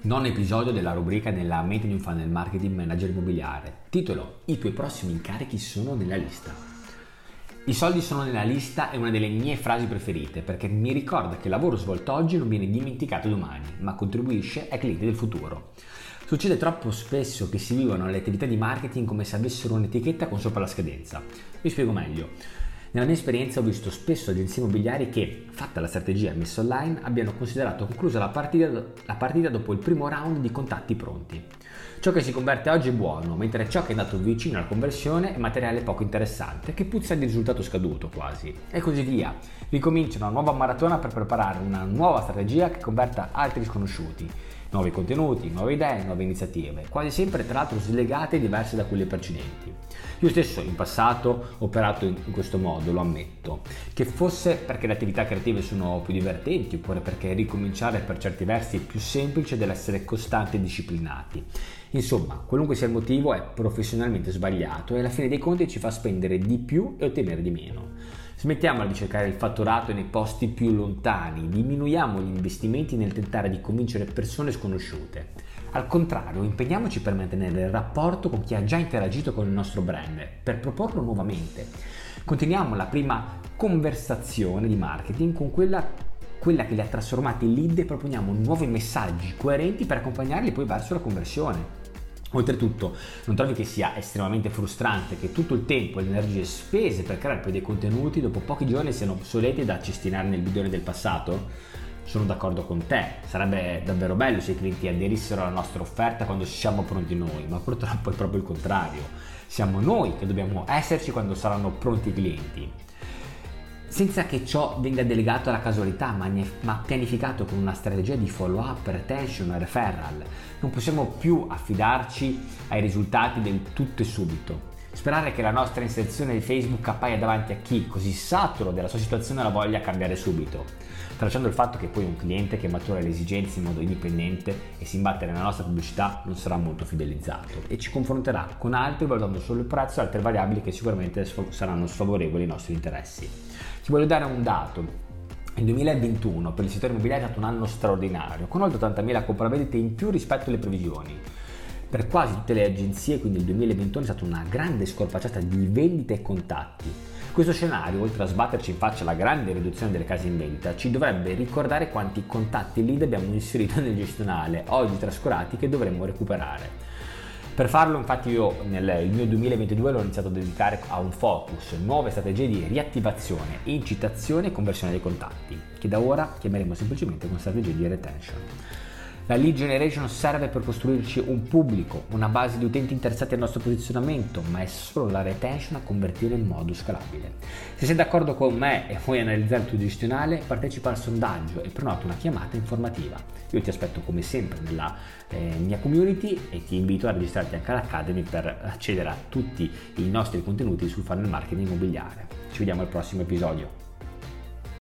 Nono episodio della rubrica Nella mente di un funnel marketing manager immobiliare. Titolo: I tuoi prossimi incarichi sono nella lista. I soldi sono nella lista è una delle mie frasi preferite perché mi ricorda che il lavoro svolto oggi non viene dimenticato domani, ma contribuisce ai clienti del futuro. Succede troppo spesso che si vivono le attività di marketing come se avessero un'etichetta con sopra la scadenza. Vi spiego meglio. Nella mia esperienza ho visto spesso agenzie immobiliari che, fatta la strategia messa online, abbiano considerato conclusa la partita dopo il primo round di contatti pronti. Ciò che si converte oggi è buono, mentre ciò che è andato vicino alla conversione è materiale poco interessante, che puzza di risultato scaduto quasi. E così via. Ricomincia una nuova maratona per preparare una nuova strategia che converta altri sconosciuti. Nuovi contenuti, nuove idee, nuove iniziative, quasi sempre tra l'altro slegate e diverse da quelle precedenti. Io stesso in passato ho operato in questo modo, lo ammetto, che fosse perché le attività creative sono più divertenti oppure perché ricominciare per certi versi è più semplice dell'essere costanti e disciplinati. Insomma, qualunque sia il motivo è professionalmente sbagliato e alla fine dei conti ci fa spendere di più e ottenere di meno. Smettiamola di cercare il fatturato nei posti più lontani, diminuiamo gli investimenti nel tentare di convincere persone sconosciute. Al contrario, impegniamoci per mantenere il rapporto con chi ha già interagito con il nostro brand, per proporlo nuovamente. Continuiamo la prima conversazione di marketing con quella che li ha trasformati in lead e proponiamo nuovi messaggi coerenti per accompagnarli poi verso la conversione. Oltretutto, non trovi che sia estremamente frustrante che tutto il tempo e le energie spese per creare poi dei contenuti dopo pochi giorni siano obsoleti da cestinare nel bidone del passato? Sono d'accordo con te, sarebbe davvero bello se i clienti aderissero alla nostra offerta quando siamo pronti noi, ma purtroppo è proprio il contrario. Siamo noi che dobbiamo esserci quando saranno pronti i clienti. Senza che ciò venga delegato alla casualità, ma pianificato con una strategia di follow-up, retention e referral. Non possiamo più affidarci ai risultati del tutto e subito. Sperare che la nostra inserzione di Facebook appaia davanti a chi, così saturo della sua situazione, la voglia cambiare subito. Tralasciando il fatto che poi un cliente che matura le esigenze in modo indipendente e si imbatte nella nostra pubblicità non sarà molto fidelizzato e ci confronterà con altri valutando solo il prezzo e altre variabili che sicuramente saranno sfavorevoli ai nostri interessi. Ti voglio dare un dato. Il 2021 per il settore immobiliare è stato un anno straordinario, con oltre 80.000 compravendite in più rispetto alle previsioni. Per quasi tutte le agenzie, quindi il 2021 è stata una grande scorpacciata di vendite e contatti. Questo scenario, oltre a sbatterci in faccia la grande riduzione delle case in vendita, ci dovrebbe ricordare quanti contatti lead abbiamo inserito nel gestionale, oggi trascurati, che dovremmo recuperare. Per farlo, infatti, il mio 2022 l'ho iniziato a dedicare a un focus, nuove strategie di riattivazione, incitazione e conversione dei contatti, che da ora chiameremo semplicemente con strategie di retention. La lead generation serve per costruirci un pubblico, una base di utenti interessati al nostro posizionamento, ma è solo la retention a convertire in modo scalabile. Se sei d'accordo con me e vuoi analizzare il tuo gestionale, partecipa al sondaggio e prenota una chiamata informativa. Io ti aspetto come sempre nella mia community e ti invito a registrarti anche all'Academy per accedere a tutti i nostri contenuti sul funnel marketing immobiliare. Ci vediamo al prossimo episodio.